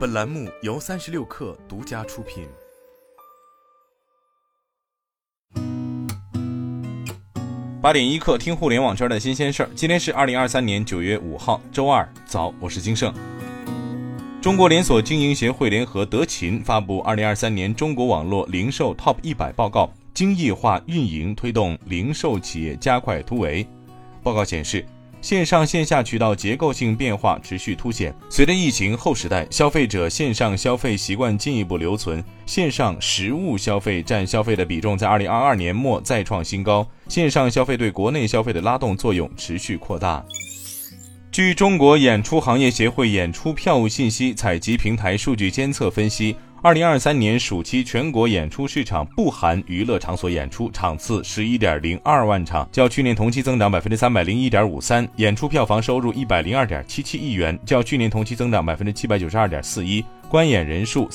本栏目由36氪独家出品。 8点1刻，听互联网圈的新鲜事儿。今天是2023年9月5号，周二早，我是金盛。中国连锁经营协会联合德勤发布2023年中国网络零售 TOP 100报告，精益化运营推动零售企业加快突围。报告显示，线上线下渠道结构性变化持续凸显，随着疫情后时代，消费者线上消费习惯进一步留存，线上实物消费占消费的比重在2022年末再创新高，线上消费对国内消费的拉动作用持续扩大。据中国演出行业协会演出票务信息采集平台数据监测分析，2023年暑期全国演出市场不含娱乐场所演出场次 11.02 万场，较去年同期增长 301.53%， 演出票房收入 102.77 亿元，较去年同期增长 792.41%， 观演人数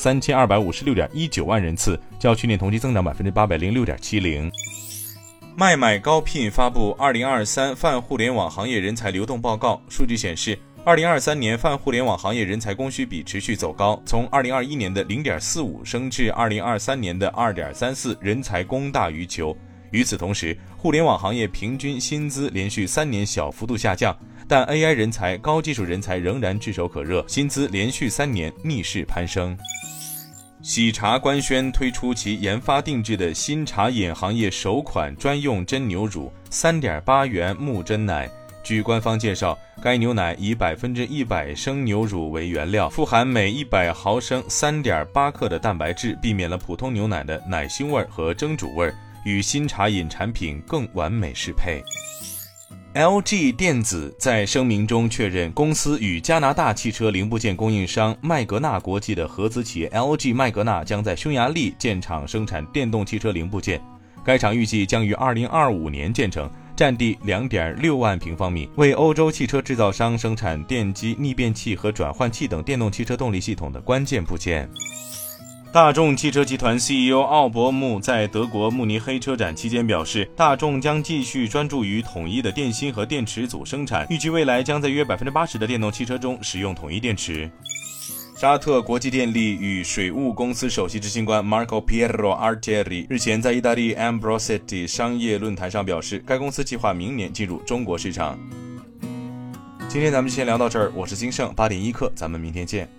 3256.19 万人次，较去年同期增长 806.70%。麦买高聘发布2023泛互联网行业人才流动报告，数据显示2023年泛互联网行业人才供需比持续走高，从2021年的 0.45 升至2023年的 2.34， 人才供大于求。与此同时，互联网行业平均薪资连续3年小幅度下降，但 AI 人才、高技术人才仍然炙手可热，薪资连续3年逆势攀升。喜茶官宣推出其研发定制的新茶饮行业首款专用真牛乳 3.8 元木真奶。据官方介绍，该牛奶以 100% 生牛乳为原料，富含每100毫升 3.8 克的蛋白质，避免了普通牛奶的奶腥味和蒸煮味，与新茶饮产品更完美适配。LG 电子在声明中确认，公司与加拿大汽车零部件供应商麦格纳国际的合资企业 LG 麦格纳将在匈牙利建厂生产电动汽车零部件，该厂预计将于2025年建成，占地 2.6 万平方米，为欧洲汽车制造商生产电机、逆变器和转换器等电动汽车动力系统的关键部件。大众汽车集团 CEO 奥伯穆在德国慕尼黑车展期间表示，大众将继续专注于统一的电芯和电池组生产，预计未来将在约 80% 的电动汽车中使用统一电池。沙特国际电力与水务公司首席执行官 Marco Piero Artieri 日前在意大利 Ambrosetti 商业论坛上表示，该公司计划明年进入中国市场。今天咱们就先聊到这儿，我是金盛，8点1刻，咱们明天见。